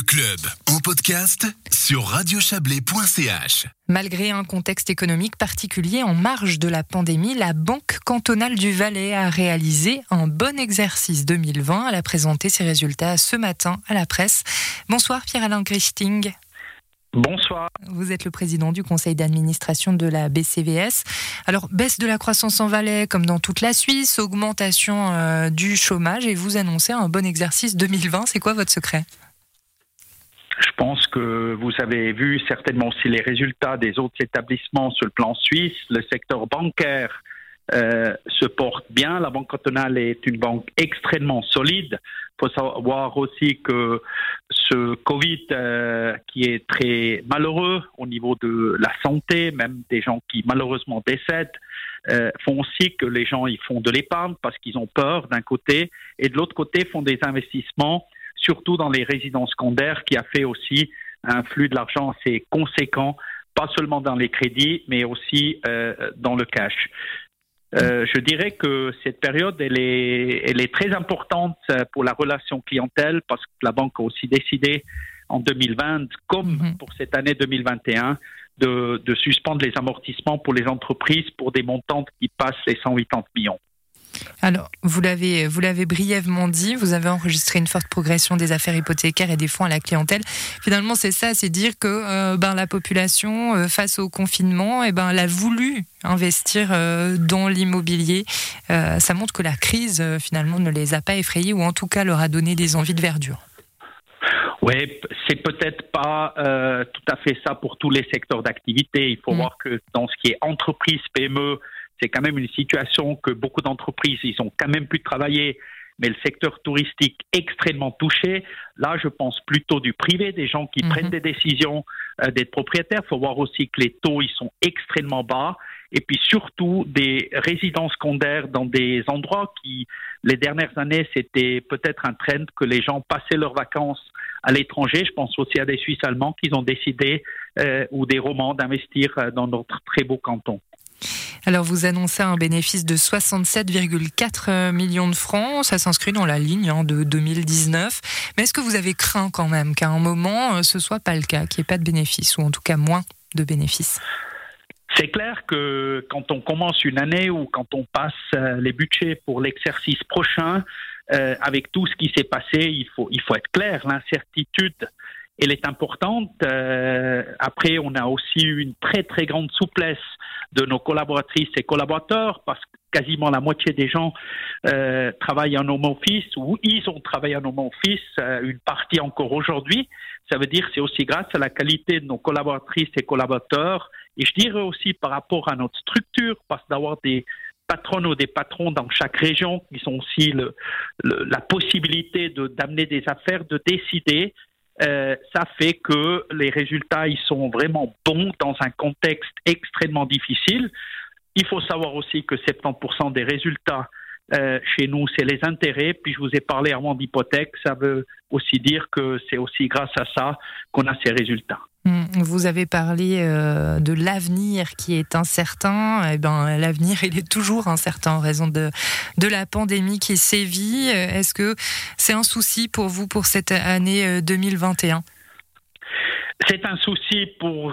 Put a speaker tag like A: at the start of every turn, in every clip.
A: Le club en podcast sur radiochablais.ch.
B: Malgré un contexte économique particulier en marge de la pandémie, la Banque cantonale du Valais a réalisé un bon exercice 2020. Elle a présenté ses résultats ce matin à la presse. Bonsoir Pierre-Alain Grichting.
C: Bonsoir.
B: Vous êtes le président du conseil d'administration de la BCVS. Alors, baisse de la croissance en Valais comme dans toute la Suisse, augmentation du chômage et vous annoncez un bon exercice 2020. C'est quoi votre secret ?
C: Je pense que vous avez vu certainement aussi les résultats des autres établissements sur le plan suisse. Le secteur bancaire se porte bien. La Banque cantonale est une banque extrêmement solide. Il faut savoir aussi que ce Covid qui est très malheureux au niveau de la santé, même des gens qui malheureusement décèdent, font aussi que les gens ils font de l'épargne parce qu'ils ont peur d'un côté et de l'autre côté font des investissements, surtout dans les résidences secondaires, qui a fait aussi un flux de l'argent assez conséquent, pas seulement dans les crédits, mais aussi dans le cash. Je dirais que cette période, elle est très importante pour la relation clientèle, parce que la banque a aussi décidé en 2020, comme pour cette année 2021, de suspendre les amortissements pour les entreprises pour des montants qui passent les 180 millions.
B: Alors, vous l'avez brièvement dit, vous avez enregistré une forte progression des affaires hypothécaires et des fonds à la clientèle. Finalement, c'est ça, c'est dire que la population, face au confinement, elle a voulu investir dans l'immobilier. Ça montre que la crise, finalement, ne les a pas effrayés, ou en tout cas leur a donné des envies de verdure.
C: Oui, c'est peut-être pas tout à fait ça pour tous les secteurs d'activité. Il faut voir que dans ce qui est entreprise, PME, c'est quand même une situation que beaucoup d'entreprises, ils ont quand même pu travailler, mais le secteur touristique extrêmement touché. Là, je pense plutôt du privé, des gens qui prennent des décisions d'être propriétaires. Il faut voir aussi que les taux, ils sont extrêmement bas. Et puis surtout, des résidences secondaires dans des endroits qui, les dernières années, c'était peut-être un trend que les gens passaient leurs vacances à l'étranger. Je pense aussi à des Suisses allemands qui ont décidé, ou des Romands, d'investir dans notre très beau canton.
B: Alors, vous annoncez un bénéfice de 67,4 millions de francs. Ça s'inscrit dans la ligne de 2019. Mais est-ce que vous avez craint quand même qu'à un moment, ce ne soit pas le cas, qu'il n'y ait pas de bénéfice, ou en tout cas moins de bénéfices ?
C: C'est clair que quand on commence une année ou quand on passe les budgets pour l'exercice prochain, avec tout ce qui s'est passé, il faut être clair. L'incertitude, elle est importante. Après, on a aussi une très très grande souplesse de nos collaboratrices et collaborateurs, parce que quasiment la moitié des gens travaillent en home office, ou ils ont travaillé en home office, une partie encore aujourd'hui. Ça veut dire que c'est aussi grâce à la qualité de nos collaboratrices et collaborateurs, et je dirais aussi par rapport à notre structure, parce que d'avoir des patronnes ou des patrons dans chaque région qui sont aussi la possibilité d'amener des affaires, de décider. Ça fait que les résultats ils sont vraiment bons dans un contexte extrêmement difficile. Il faut savoir aussi que 70% des résultats chez nous, c'est les intérêts. Puis je vous ai parlé avant d'hypothèque, ça veut aussi dire que c'est aussi grâce à ça qu'on a ces résultats.
B: Vous avez parlé de l'avenir qui est incertain. L'avenir, il est toujours incertain en raison de la pandémie qui sévit. Est-ce que c'est un souci pour vous pour cette année 2021 ?
C: C'était un souci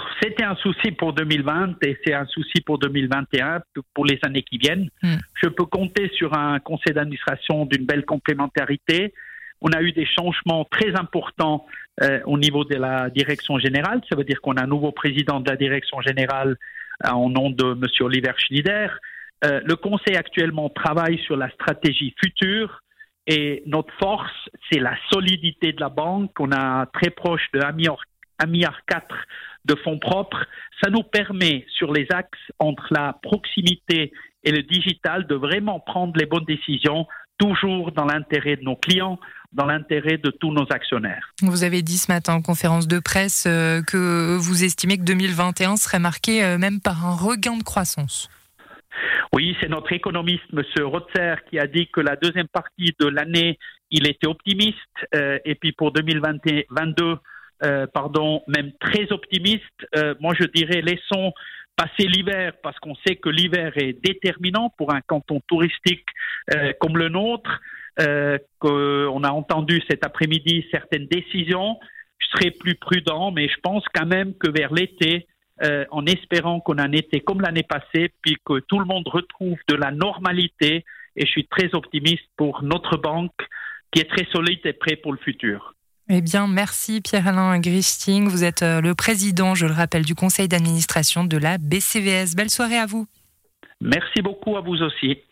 C: pour 2020 et c'est un souci pour 2021, pour les années qui viennent. Je peux compter sur un conseil d'administration d'une belle complémentarité. On a eu des changements très importants au niveau de la direction générale. Ça veut dire qu'on a un nouveau président de la direction générale en nom de M. Oliver Schneider. Le conseil actuellement travaille sur la stratégie future et notre force, c'est la solidité de la banque. On a très proche de 1,4 milliard de fonds propres. Ça nous permet, sur les axes entre la proximité et le digital, de vraiment prendre les bonnes décisions, toujours dans l'intérêt de nos clients, dans l'intérêt de tous nos actionnaires.
B: Vous avez dit ce matin en conférence de presse que vous estimez que 2021 serait marqué même par un regain de croissance.
C: Oui, c'est notre économiste, M. Rotzer, qui a dit que la deuxième partie de l'année, il était optimiste, et puis pour 2022, même très optimiste. Moi, je dirais, laissons passer l'hiver, parce qu'on sait que l'hiver est déterminant pour un canton touristique comme le nôtre. Qu'on a entendu cet après-midi certaines décisions. je serai plus prudent, mais je pense quand même que vers l'été, en espérant qu'on a un été comme l'année passée, puis que tout le monde retrouve de la normalité, et je suis très optimiste pour notre banque qui est très solide et prête pour le futur.
B: Eh bien, merci Pierre-Alain Grichting. Vous êtes le président, je le rappelle, du conseil d'administration de la BCVS. Belle soirée à vous.
C: Merci beaucoup à vous aussi.